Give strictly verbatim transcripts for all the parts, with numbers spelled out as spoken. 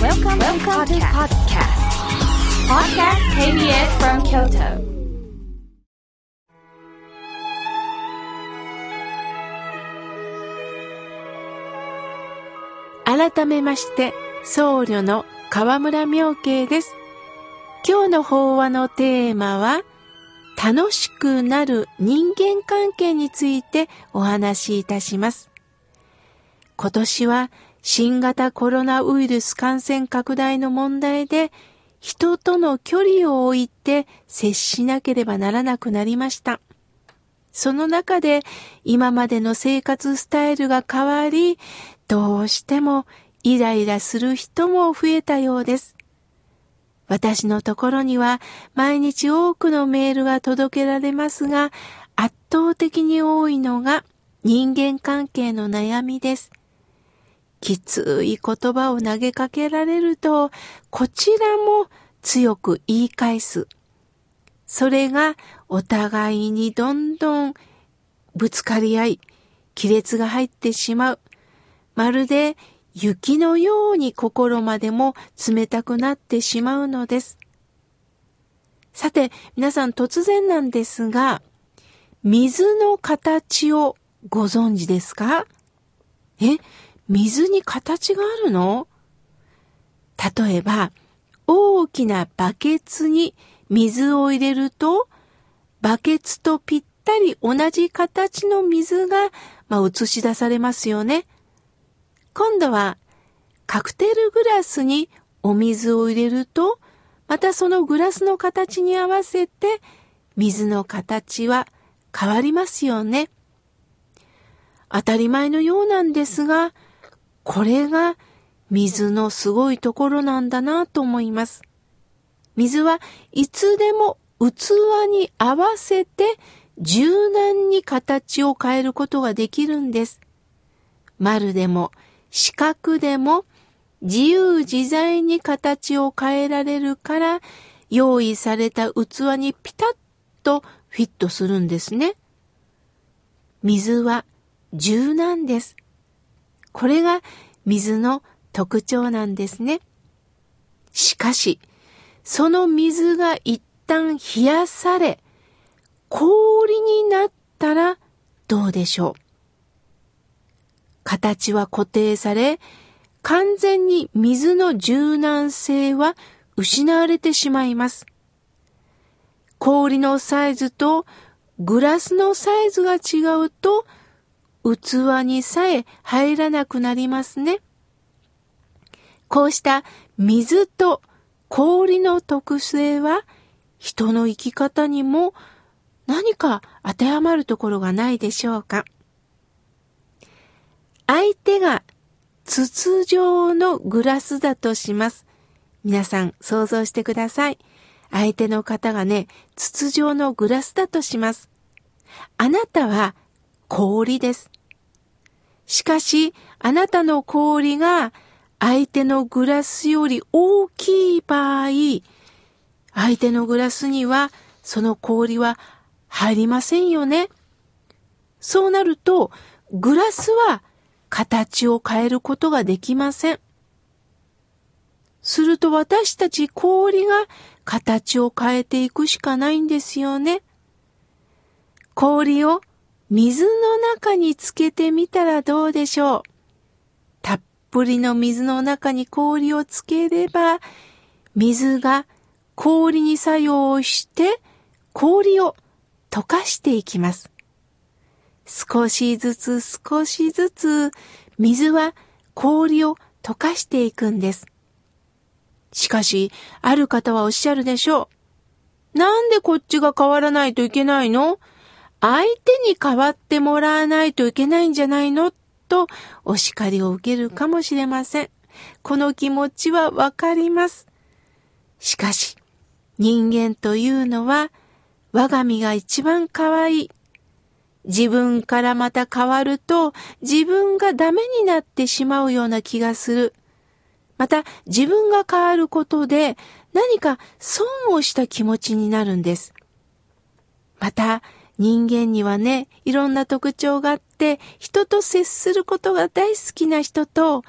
Welcome, Welcome to podcast. Podcast ケービーエス from Kyoto. 改めまして僧侶の河村妙慶です。今日の法話のテーマは楽しくなる人間関係についてお話しいたします。今年は新型コロナウイルス感染拡大の問題で人との距離を置いて接しなければならなくなりました。その中で今までの生活スタイルが変わり、どうしてもイライラする人も増えたようです。私のところには毎日多くのメールが届けられますが、圧倒的に多いのが人間関係の悩みです。きつい言葉を投げかけられると、こちらも強く言い返す。それがお互いにどんどんぶつかり合い、亀裂が入ってしまう。まるで雪のように心までも冷たくなってしまうのです。さて、皆さん突然なんですが、水の形をご存知ですか？え、水に形があるの？例えば、大きなバケツに水を入れると、バケツとぴったり同じ形の水が、まあ、映し出されますよね。今度はカクテルグラスにお水を入れると、またそのグラスの形に合わせて水の形は変わりますよね。当たり前のようなんですが、これが水のすごいところなんだなと思います。水はいつでも器に合わせて柔軟に形を変えることができるんです。丸でも四角でも自由自在に形を変えられるから、用意された器にピタッとフィットするんですね。水は柔軟です。これが水の特徴なんですね。しかし、その水が一旦冷やされ、氷になったらどうでしょう。形は固定され、完全に水の柔軟性は失われてしまいます。氷のサイズとグラスのサイズが違うと、器にさえ入らなくなりますね。こうした水と氷の特性は人の生き方にも何か当てはまるところがないでしょうか。相手が筒状のグラスだとします。皆さん想像してください。相手の方がね、筒状のグラスだとします。あなたは氷です。しかし、あなたの氷が相手のグラスより大きい場合、相手のグラスにはその氷は入りませんよね。そうなると、グラスは形を変えることができません。すると私たち氷が形を変えていくしかないんですよね。氷を水の中につけてみたらどうでしょう。たっぷりの水の中に氷をつければ、水が氷に作用して氷を溶かしていきます。少しずつ少しずつ水は氷を溶かしていくんです。しかし、ある方はおっしゃるでしょう。なんでこっちが変わらないといけないの？相手に変わってもらわないといけないんじゃないの？とお叱りを受けるかもしれません。この気持ちはわかります。しかし、人間というのは我が身が一番可愛い。自分からまた変わると自分がダメになってしまうような気がする。また自分が変わることで何か損をした気持ちになるんです。また人間にはね、いろんな特徴があって、人と接することが大好きな人と、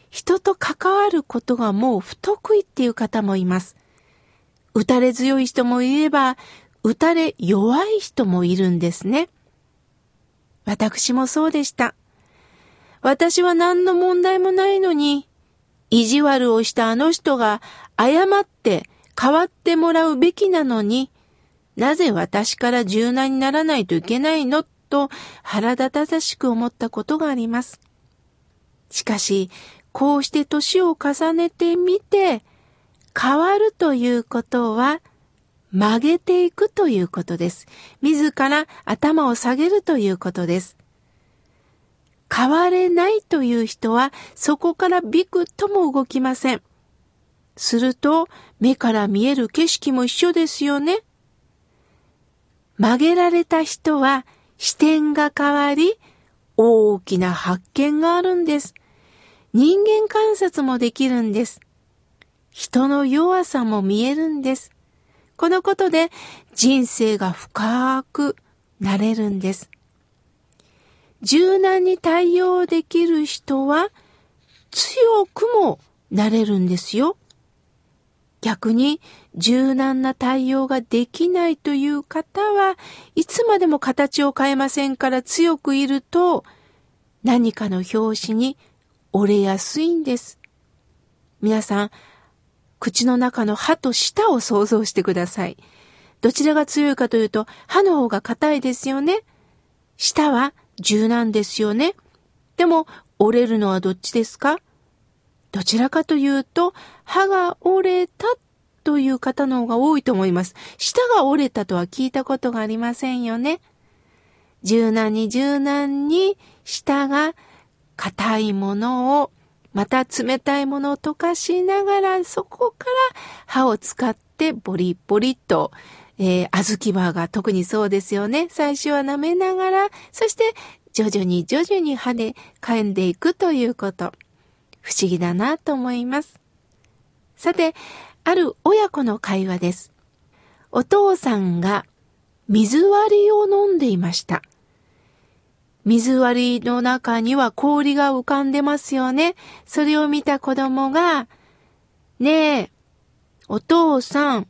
人と関わることがもう不得意っていう方もいます。打たれ強い人もいれば、打たれ弱い人もいるんですね。私もそうでした。私は何の問題もないのに、意地悪をしたあの人が謝って代わってもらうべきなのに、なぜ私から柔軟にならないといけないのと腹立たしく思ったことがあります。しかし、こうして年を重ねてみて、変わるということは曲げていくということです。自ら頭を下げるということです。変われないという人はそこからびくとも動きません。すると目から見える景色も一緒ですよね。曲げられた人は視点が変わり、大きな発見があるんです。人間観察もできるんです。人の弱さも見えるんです。このことで人生が深くなれるんです。柔軟に対応できる人は強くもなれるんですよ。逆に柔軟な対応ができないという方はいつまでも形を変えませんから、強くいると何かの拍子に折れやすいんです。皆さん、口の中の歯と舌を想像してください。どちらが強いかというと、歯の方が硬いですよね。舌は柔軟ですよね。でも折れるのはどっちですか？どちらかというと、歯が折れたという方の方が多いと思います。舌が折れたとは聞いたことがありませんよね。柔軟に柔軟に舌が硬いものを、また冷たいものを溶かしながら、そこから歯を使ってボリボリと、えー、小豆バーガー特にそうですよね。最初は舐めながら、そして徐々に徐々に歯で噛んでいくということ。不思議だなと思います。さて、ある親子の会話です。お父さんが水割りを飲んでいました。水割りの中には氷が浮かんでますよね。それを見た子供が、ねえ、お父さん、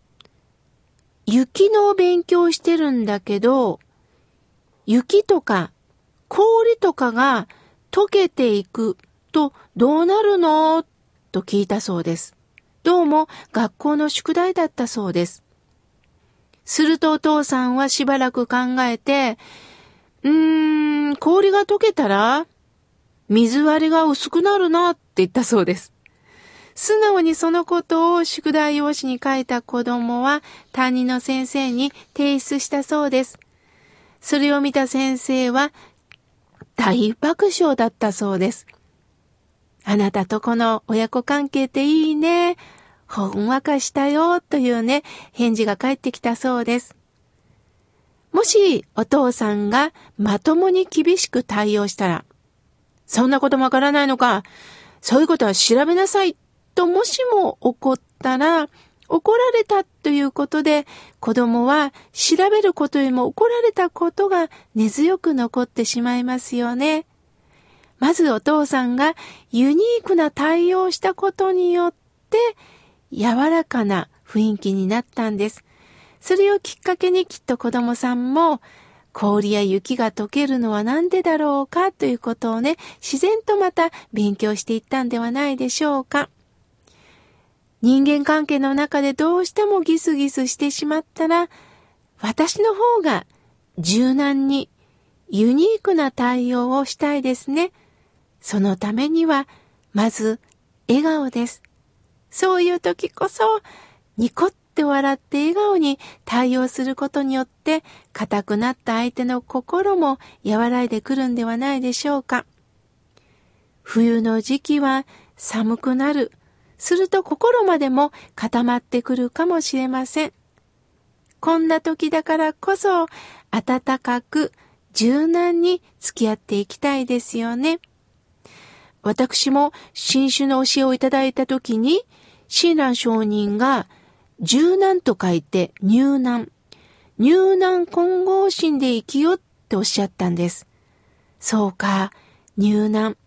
雪の勉強してるんだけど、雪とか氷とかが溶けていくとどうなるの？と聞いたそうです。どうも学校の宿題だったそうです。するとお父さんはしばらく考えて、うーん、氷が溶けたら水割りが薄くなるなって言ったそうです。素直にそのことを宿題用紙に書いた子供は担任の先生に提出したそうです。それを見た先生は大爆笑だったそうです。あなたとこの親子関係っていいね。ほんわかしたよというね、返事が返ってきたそうです。もしお父さんがまともに厳しく対応したら、そんなこともわからないのか、そういうことは調べなさいともしも怒ったら、怒られたということで子供は調べることよりも怒られたことが根強く残ってしまいますよね。まずお父さんがユニークな対応をしたことによって柔らかな雰囲気になったんです。それをきっかけにきっと子供さんも氷や雪が溶けるのはなんでだろうかということをね、自然とまた勉強していったんではないでしょうか。人間関係の中でどうしてもギスギスしてしまったら、私の方が柔軟にユニークな対応をしたいですね。そのためにはまず笑顔です。そういう時こそニコって笑って笑顔に対応することによって硬くなった相手の心も和らいでくるんではないでしょうか。冬の時期は寒くなる。すると心までも固まってくるかもしれません。こんな時だからこそ温かく柔軟に付き合っていきたいですよね。私も新種の教えをいただいた時に、親鸞上人が柔軟と書いて入軟、入軟混合心で生きよっておっしゃったんです。そうか、入軟。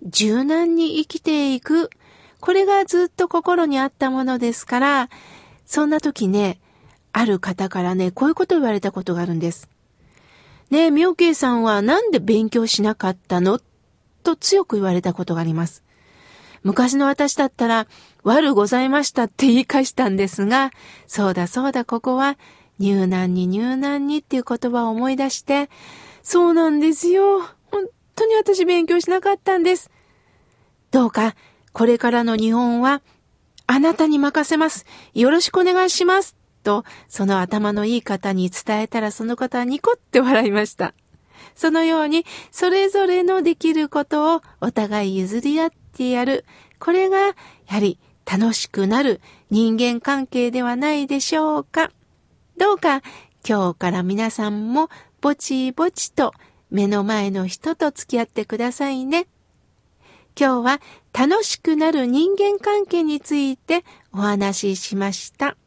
柔軟に生きていく。これがずっと心にあったものですから、そんな時ね、ある方からね、こういうことを言われたことがあるんです。ねえ、妙慶さんはなんで勉強しなかったのと強く言われたことがあります。昔の私だったら、悪ございましたって言い返したんですが、そうだそうだ、ここは入難に入難にっていう言葉を思い出して、そうなんですよ。本当に私勉強しなかったんです。どうか、これからの日本は、あなたに任せます。よろしくお願いします。と、その頭のいい方に伝えたら、その方はニコって笑いました。そのように、それぞれのできることをお互い譲り合ってやる。これが、やはり楽しくなる人間関係ではないでしょうか。どうか、今日から皆さんも、ぼちぼちと目の前の人と付き合ってくださいね。今日は楽しくなる人間関係についてお話ししました。